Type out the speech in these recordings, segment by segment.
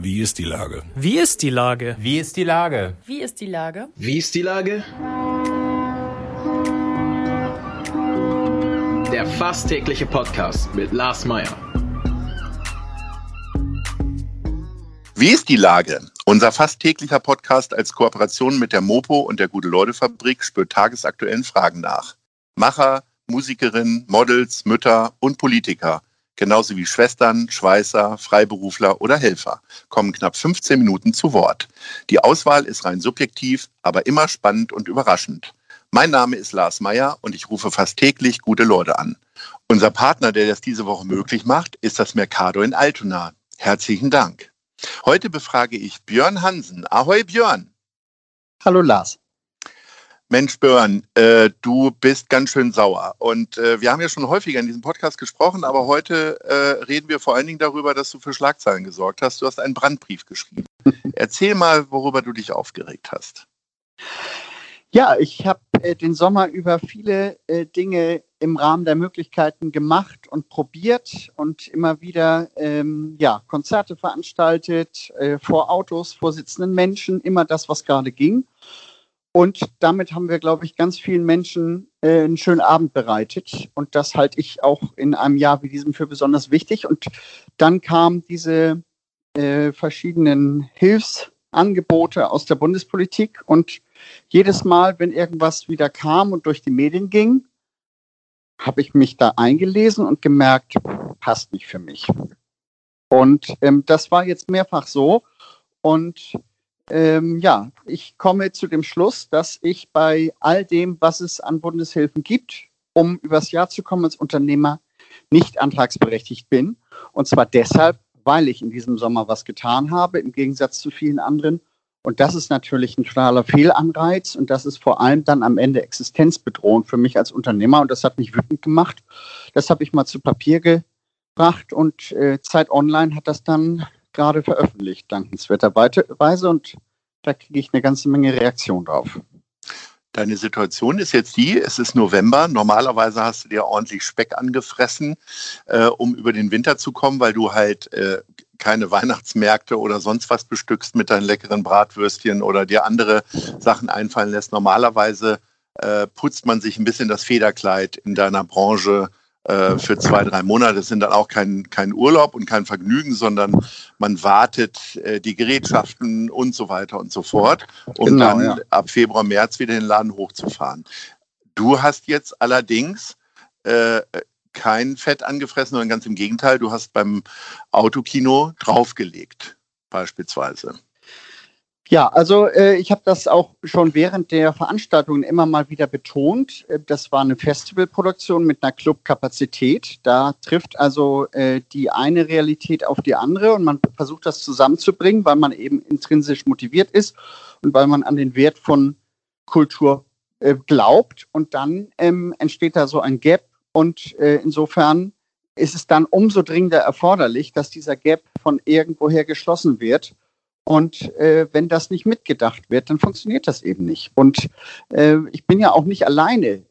Wie ist die Lage? Wie ist die Lage? Wie ist die Lage? Wie ist die Lage? Wie ist die Lage? Der fast tägliche Podcast mit Lars Meyer. Wie ist die Lage? Unser fast täglicher Podcast als Kooperation mit der Mopo und der Gute-Leute-Fabrik spürt tagesaktuellen Fragen nach. Macher, Musikerinnen, Models, Mütter und Politiker, genauso wie Schwestern, Schweißer, Freiberufler oder Helfer, kommen knapp 15 Minuten zu Wort. Die Auswahl ist rein subjektiv, aber immer spannend und überraschend. Mein Name ist Lars Meyer und ich rufe fast täglich gute Leute an. Unser Partner, der das diese Woche möglich macht, ist das Mercado in Altona. Herzlichen Dank. Heute befrage ich Björn Hansen. Ahoi Björn. Hallo Lars. Mensch Björn, du bist ganz schön sauer und wir haben ja schon häufiger in diesem Podcast gesprochen, aber heute reden wir vor allen Dingen darüber, dass du für Schlagzeilen gesorgt hast. Du hast einen Brandbrief geschrieben. Erzähl mal, worüber du dich aufgeregt hast. Ja, ich habe den Sommer über viele Dinge im Rahmen der Möglichkeiten gemacht und probiert und immer wieder Konzerte veranstaltet, vor Autos, vor sitzenden Menschen, immer das, was gerade ging. Und damit haben wir, glaube ich, ganz vielen Menschen einen schönen Abend bereitet. Und das halte ich auch in einem Jahr wie diesem für besonders wichtig. Und dann kamen diese verschiedenen Hilfsangebote aus der Bundespolitik. Und jedes Mal, wenn irgendwas wieder kam und durch die Medien ging, habe ich mich da eingelesen und gemerkt, passt nicht für mich. Und das war jetzt mehrfach so. Und ich komme zu dem Schluss, dass ich bei all dem, was es an Bundeshilfen gibt, um übers Jahr zu kommen als Unternehmer, nicht antragsberechtigt bin. Und zwar deshalb, weil ich in diesem Sommer was getan habe, im Gegensatz zu vielen anderen. Und das ist natürlich ein totaler Fehlanreiz und das ist vor allem dann am Ende existenzbedrohend für mich als Unternehmer. Und das hat mich wütend gemacht. Das habe ich mal zu Papier gebracht und Zeit Online hat das dann gerade veröffentlicht, dankenswerterweise, und da kriege ich eine ganze Menge Reaktion drauf. Deine Situation ist jetzt die, es ist November, normalerweise hast du dir ordentlich Speck angefressen, um über den Winter zu kommen, weil du halt keine Weihnachtsmärkte oder sonst was bestückst mit deinen leckeren Bratwürstchen oder dir andere Sachen einfallen lässt. Normalerweise putzt man sich ein bisschen das Federkleid in deiner Branche für 2-3 Monate. Das sind dann auch kein Urlaub und kein Vergnügen, sondern man wartet die Gerätschaften und so weiter und so fort, um dann ab Februar, März wieder den Laden hochzufahren. Du hast jetzt allerdings kein Fett angefressen, sondern ganz im Gegenteil, du hast beim Autokino draufgelegt, beispielsweise. Ja, also ich habe das auch schon während der Veranstaltungen immer mal wieder betont. Das war eine Festivalproduktion mit einer Clubkapazität. Da trifft also die eine Realität auf die andere und man versucht das zusammenzubringen, weil man eben intrinsisch motiviert ist und weil man an den Wert von Kultur glaubt. Und dann entsteht da so ein Gap und insofern ist es dann umso dringender erforderlich, dass dieser Gap von irgendwoher geschlossen wird. Und wenn das nicht mitgedacht wird, dann funktioniert das eben nicht. Und ich bin ja auch nicht alleine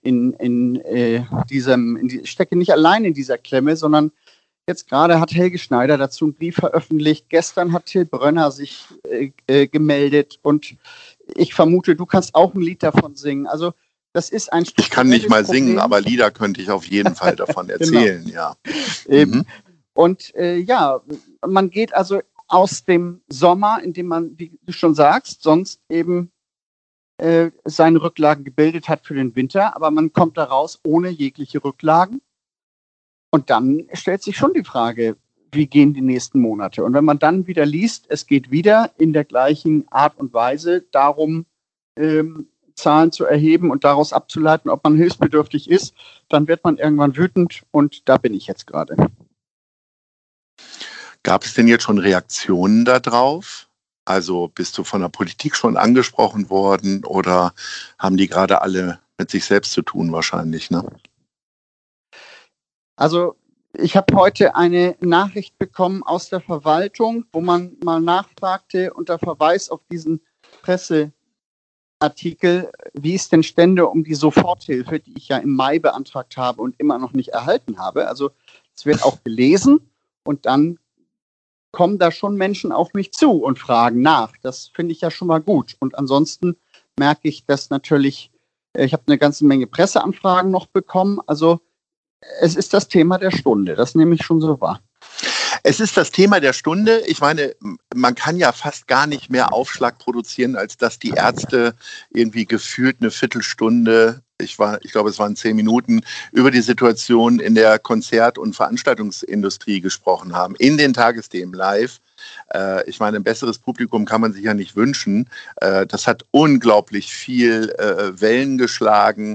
ich stecke nicht alleine in dieser Klemme, sondern jetzt gerade hat Helge Schneider dazu einen Brief veröffentlicht. Gestern hat Till Brönner sich gemeldet und ich vermute, du kannst auch ein Lied davon singen. Also das ist ein Ich kann nicht mal singen, aber Lieder könnte ich auf jeden Fall davon erzählen, genau. Ja. Mhm. Und man geht also aus dem Sommer, in dem man, wie du schon sagst, sonst eben seine Rücklagen gebildet hat für den Winter, aber man kommt da raus ohne jegliche Rücklagen. Und dann stellt sich schon die Frage, wie gehen die nächsten Monate? Und wenn man dann wieder liest, es geht wieder in der gleichen Art und Weise darum, Zahlen zu erheben und daraus abzuleiten, ob man hilfsbedürftig ist, dann wird man irgendwann wütend und da bin ich jetzt gerade. Gab es denn jetzt schon Reaktionen darauf? Also bist du von der Politik schon angesprochen worden oder haben die gerade alle mit sich selbst zu tun wahrscheinlich, ne? Also ich habe heute eine Nachricht bekommen aus der Verwaltung, wo man mal nachfragte unter Verweis auf diesen Presseartikel, wie es denn stände um die Soforthilfe, die ich ja im Mai beantragt habe und immer noch nicht erhalten habe. Also es wird auch gelesen und dann kommen da schon Menschen auf mich zu und fragen nach. Das finde ich ja schon mal gut. Und ansonsten merke ich, dass natürlich, ich habe eine ganze Menge Presseanfragen noch bekommen. Also es ist das Thema der Stunde. Das nehme ich schon so wahr. Es ist das Thema der Stunde. Ich meine, man kann ja fast gar nicht mehr Aufschlag produzieren, als dass die Ärzte irgendwie gefühlt eine Viertelstunde, ich glaube, es waren 10 Minuten, über die Situation in der Konzert- und Veranstaltungsindustrie gesprochen haben, in den Tagesthemen live. Ich meine, ein besseres Publikum kann man sich ja nicht wünschen. Das hat unglaublich viel Wellen geschlagen.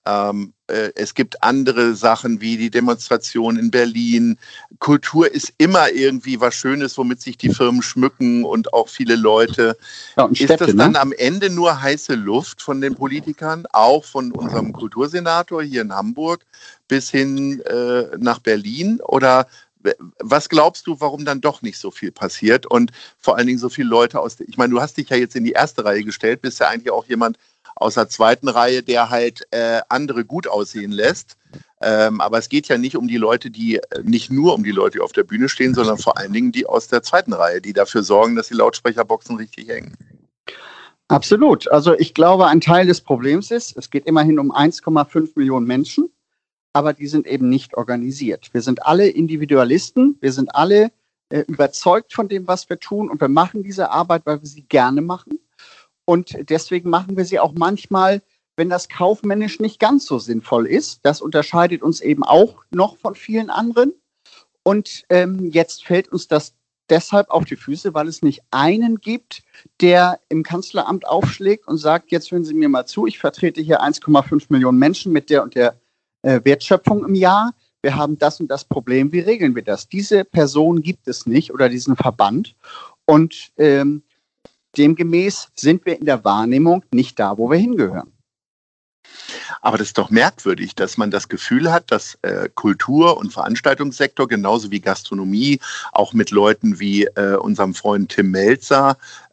Es gibt andere Sachen wie die Demonstration in Berlin. Kultur ist immer irgendwie was Schönes, womit sich die Firmen schmücken und auch viele Leute. Ja, und Städte, ist das dann am Ende nur heiße Luft von den Politikern, auch von unserem Kultursenator hier in Hamburg bis hin nach Berlin? Oder was glaubst du, warum dann doch nicht so viel passiert und vor allen Dingen so viele Leute ich meine, du hast dich ja jetzt in die erste Reihe gestellt, bist ja eigentlich auch jemand aus der zweiten Reihe, der halt andere gut aussehen lässt. Aber es geht ja nicht um die Leute, nicht nur um die Leute, die auf der Bühne stehen, sondern vor allen Dingen die aus der zweiten Reihe, die dafür sorgen, dass die Lautsprecherboxen richtig hängen. Absolut. Also ich glaube, ein Teil des Problems ist, es geht immerhin um 1,5 Millionen Menschen, aber die sind eben nicht organisiert. Wir sind alle Individualisten, wir sind alle überzeugt von dem, was wir tun und wir machen diese Arbeit, weil wir sie gerne machen. Und deswegen machen wir sie auch manchmal, wenn das kaufmännisch nicht ganz so sinnvoll ist. Das unterscheidet uns eben auch noch von vielen anderen. Und jetzt fällt uns das deshalb auf die Füße, weil es nicht einen gibt, der im Kanzleramt aufschlägt und sagt, jetzt hören Sie mir mal zu, ich vertrete hier 1,5 Millionen Menschen mit der und der Wertschöpfung im Jahr. Wir haben das und das Problem, wie regeln wir das? Diese Person gibt es nicht oder diesen Verband. Und demgemäß sind wir in der Wahrnehmung nicht da, wo wir hingehören. Aber das ist doch merkwürdig, dass man das Gefühl hat, dass Kultur- und Veranstaltungssektor genauso wie Gastronomie auch mit Leuten wie unserem Freund Tim Melzer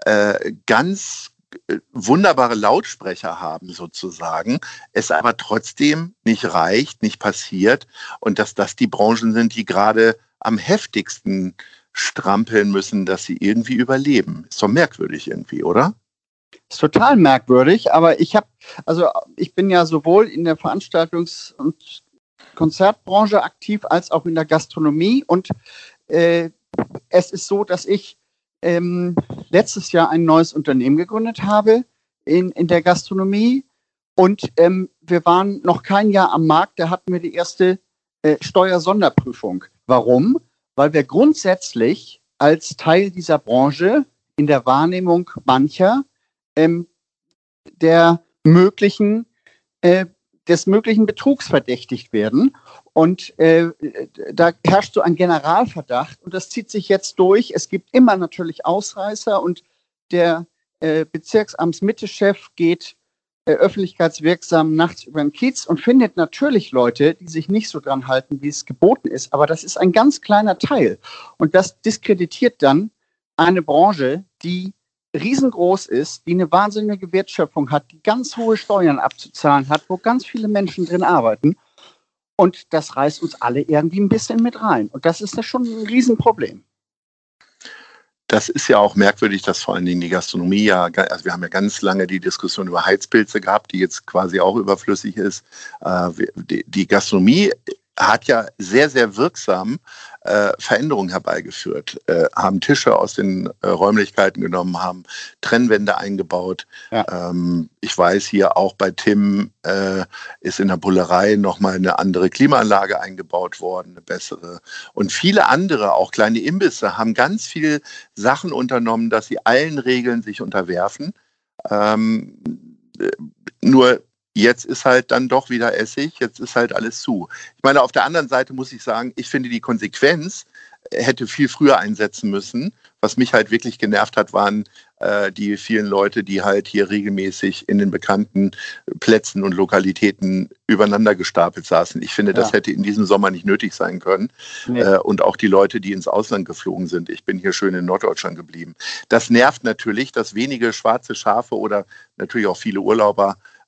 ganz wunderbare Lautsprecher haben sozusagen, es aber trotzdem nicht reicht, nicht passiert und dass das die Branchen sind, die gerade am heftigsten strampeln müssen, dass sie irgendwie überleben. Ist doch merkwürdig irgendwie, oder? Ist total merkwürdig, aber ich bin ja sowohl in der Veranstaltungs- und Konzertbranche aktiv als auch in der Gastronomie und es ist so, dass ich letztes Jahr ein neues Unternehmen gegründet habe in der Gastronomie und wir waren noch kein Jahr am Markt, da hatten wir die erste Steuersonderprüfung. Warum? Weil wir grundsätzlich als Teil dieser Branche in der Wahrnehmung mancher des möglichen Betrugs verdächtigt werden. Und da herrscht so ein Generalverdacht und das zieht sich jetzt durch. Es gibt immer natürlich Ausreißer und der Bezirksamtsmitte-Chef geht öffentlichkeitswirksam nachts über den Kiez und findet natürlich Leute, die sich nicht so dran halten, wie es geboten ist. Aber das ist ein ganz kleiner Teil. Und das diskreditiert dann eine Branche, die riesengroß ist, die eine wahnsinnige Wertschöpfung hat, die ganz hohe Steuern abzuzahlen hat, wo ganz viele Menschen drin arbeiten. Und das reißt uns alle irgendwie ein bisschen mit rein. Und das ist ja schon ein Riesenproblem. Das ist ja auch merkwürdig, dass vor allen Dingen die Gastronomie also wir haben ja ganz lange die Diskussion über Heizpilze gehabt, die jetzt quasi auch überflüssig ist. Die Gastronomie hat ja sehr, sehr wirksam Veränderungen herbeigeführt, haben Tische aus den Räumlichkeiten genommen, haben Trennwände eingebaut. Ja. Ich weiß hier auch bei Tim ist in der Bullerei nochmal eine andere Klimaanlage eingebaut worden, eine bessere. Und viele andere, auch kleine Imbisse, haben ganz viele Sachen unternommen, dass sie allen Regeln sich unterwerfen. Nur jetzt ist halt dann doch wieder Essig, jetzt ist halt alles zu. Ich meine, auf der anderen Seite muss ich sagen, ich finde, die Konsequenz hätte viel früher einsetzen müssen. Was mich halt wirklich genervt hat, waren die vielen Leute, die halt hier regelmäßig in den bekannten Plätzen und Lokalitäten übereinander gestapelt saßen. Ich finde, das hätte in diesem Sommer nicht nötig sein können. Nee. Und auch die Leute, die ins Ausland geflogen sind. Ich bin hier schön in Norddeutschland geblieben. Das nervt natürlich, dass wenige schwarze Schafe oder natürlich auch viele Urlauber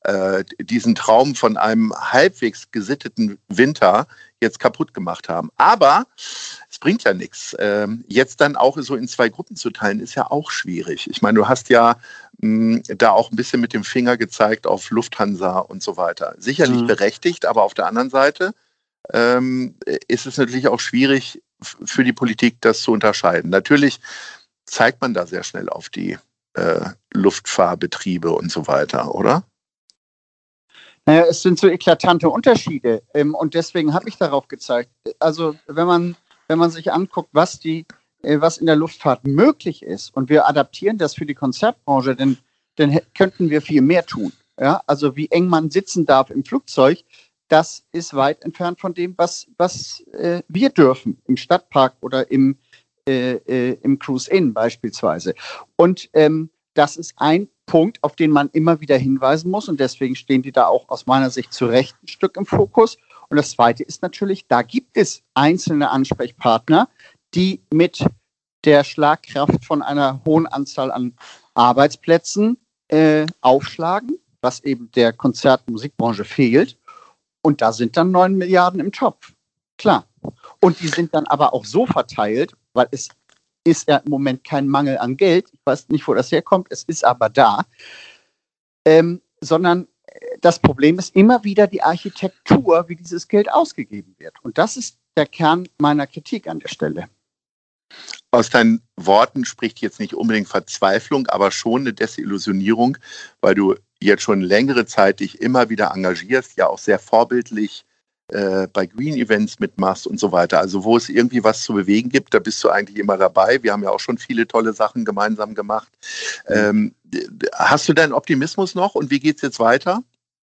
diesen Traum von einem halbwegs gesitteten Winter jetzt kaputt gemacht haben. Aber es bringt ja nichts. Jetzt dann auch so in 2 Gruppen zu teilen, ist ja auch schwierig. Ich meine, du hast ja da auch ein bisschen mit dem Finger gezeigt auf Lufthansa und so weiter. Sicherlich berechtigt, aber auf der anderen Seite ist es natürlich auch schwierig für die Politik, das zu unterscheiden. Natürlich zeigt man da sehr schnell auf die Luftfahrbetriebe und so weiter, oder? Naja, es sind so eklatante Unterschiede und deswegen habe ich darauf gezeigt. Also wenn man sich anguckt, was in der Luftfahrt möglich ist und wir adaptieren das für die Konzertbranche, dann könnten wir viel mehr tun. Ja? Also wie eng man sitzen darf im Flugzeug, das ist weit entfernt von dem, was wir dürfen im Stadtpark oder im Cruise-In beispielsweise. Und das ist ein Punkt, auf den man immer wieder hinweisen muss und deswegen stehen die da auch aus meiner Sicht zu Recht ein Stück im Fokus. Und das Zweite ist natürlich, da gibt es einzelne Ansprechpartner, die mit der Schlagkraft von einer hohen Anzahl an Arbeitsplätzen aufschlagen, was eben der Konzert- und Musikbranche fehlt. Und da sind dann 9 Milliarden im Topf. Klar. Und die sind dann aber auch so verteilt, weil es ist ja im Moment kein Mangel an Geld. Ich weiß nicht, wo das herkommt. Es ist aber da. Sondern das Problem ist immer wieder die Architektur, wie dieses Geld ausgegeben wird. Und das ist der Kern meiner Kritik an der Stelle. Aus deinen Worten spricht jetzt nicht unbedingt Verzweiflung, aber schon eine Desillusionierung, weil du jetzt schon längere Zeit dich immer wieder engagierst, ja auch sehr vorbildlich bei Green Events mitmachst und so weiter. Also wo es irgendwie was zu bewegen gibt, da bist du eigentlich immer dabei. Wir haben ja auch schon viele tolle Sachen gemeinsam gemacht. Hast du deinen Optimismus noch und wie geht es jetzt weiter?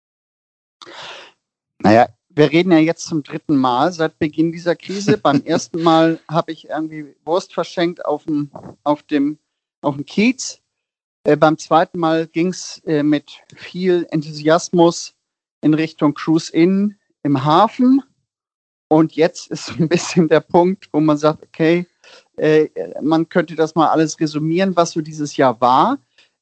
Naja, wir reden ja jetzt zum 3. Mal seit Beginn dieser Krise. Beim ersten Mal habe ich irgendwie Wurst verschenkt auf dem Kiez. Beim zweiten Mal ging es mit viel Enthusiasmus in Richtung Cruise-In im Hafen. Und jetzt ist ein bisschen der Punkt, wo man sagt, okay, man könnte das mal alles resümieren, was so dieses Jahr war.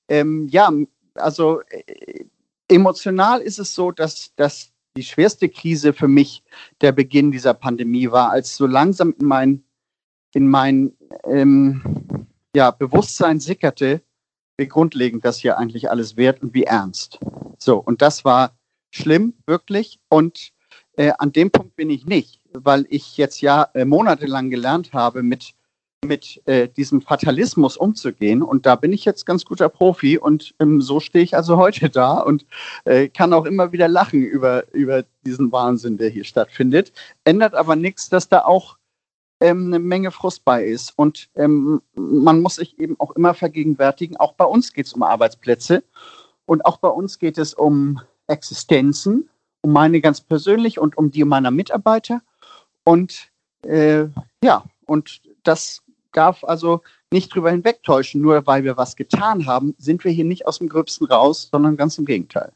Emotional ist es so, dass die schwerste Krise für mich der Beginn dieser Pandemie war, als so langsam in mein Bewusstsein sickerte, wie grundlegend das hier eigentlich alles wird und wie ernst. So, und das war schlimm, wirklich. Und an dem Punkt bin ich nicht, weil ich jetzt monatelang gelernt habe, mit diesem Fatalismus umzugehen. Und da bin ich jetzt ganz guter Profi und so stehe ich also heute da und kann auch immer wieder lachen über diesen Wahnsinn, der hier stattfindet. Ändert aber nichts, dass da auch eine Menge Frust bei ist. Und man muss sich eben auch immer vergegenwärtigen, auch bei uns geht es um Arbeitsplätze und auch bei uns geht es um Existenzen, um meine ganz persönlich und um die meiner Mitarbeiter. Und und das darf also nicht drüber hinwegtäuschen. Nur weil wir was getan haben, sind wir hier nicht aus dem Gröbsten raus, sondern ganz im Gegenteil.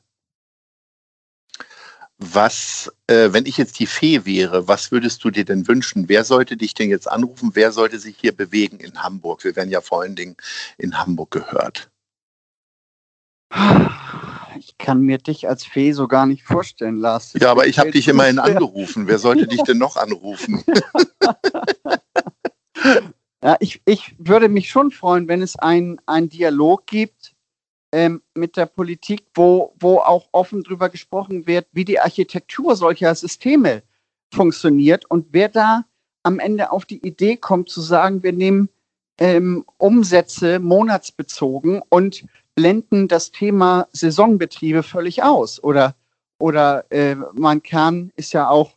Was, wenn ich jetzt die Fee wäre, was würdest du dir denn wünschen? Wer sollte dich denn jetzt anrufen? Wer sollte sich hier bewegen in Hamburg? Wir werden ja vor allen Dingen in Hamburg gehört. Ich kann mir dich als Fee so gar nicht vorstellen, Lars. Ja, aber ich habe dich immerhin angerufen. Wer sollte dich denn noch anrufen? Ja, ich würde mich schon freuen, wenn es einen Dialog gibt mit der Politik, wo auch offen drüber gesprochen wird, wie die Architektur solcher Systeme funktioniert und wer da am Ende auf die Idee kommt zu sagen, wir nehmen Umsätze monatsbezogen und blenden das Thema Saisonbetriebe völlig aus. Oder mein Kern ist ja auch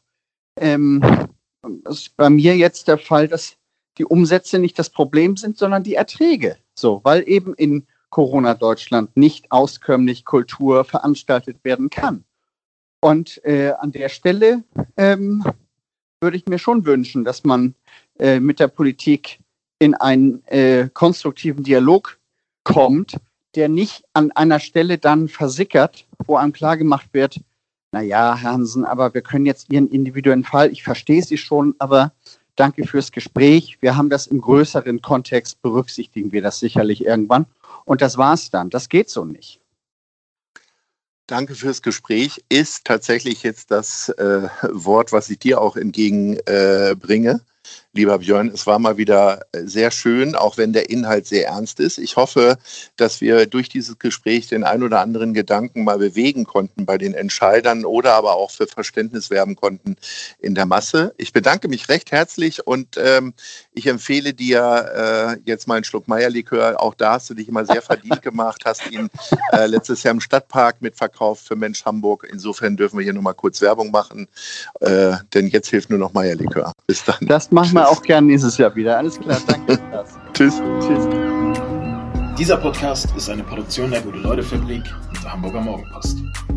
ist bei mir jetzt der Fall, dass die Umsätze nicht das Problem sind, sondern die Erträge. So, weil eben in Corona-Deutschland nicht auskömmlich Kultur veranstaltet werden kann. Und an der Stelle würde ich mir schon wünschen, dass man mit der Politik in einen konstruktiven Dialog kommt, der nicht an einer Stelle dann versickert, wo einem klargemacht wird, naja, Herr Hansen, aber wir können jetzt Ihren individuellen Fall, ich verstehe Sie schon, aber danke fürs Gespräch. Wir haben das im größeren Kontext, berücksichtigen wir das sicherlich irgendwann. Und das war's dann. Das geht so nicht. Danke fürs Gespräch. Ist tatsächlich jetzt das Wort, was ich dir auch entgegenbringe. Lieber Björn, es war mal wieder sehr schön, auch wenn der Inhalt sehr ernst ist. Ich hoffe, dass wir durch dieses Gespräch den ein oder anderen Gedanken mal bewegen konnten bei den Entscheidern oder aber auch für Verständnis werben konnten in der Masse. Ich bedanke mich recht herzlich und ich empfehle dir jetzt mal einen Schluck Meierlikör. Auch da hast du dich immer sehr verdient gemacht, hast ihn letztes Jahr im Stadtpark mitverkauft für Mensch Hamburg. Insofern dürfen wir hier nochmal kurz Werbung machen, denn jetzt hilft nur noch Meierlikör. Bis dann. Das machen wir auch gerne nächstes Jahr wieder. Alles klar, danke. Tschüss. Tschüss. Dieser Podcast ist eine Produktion der Gute-Leute-Fabrik und der Hamburger Morgenpost.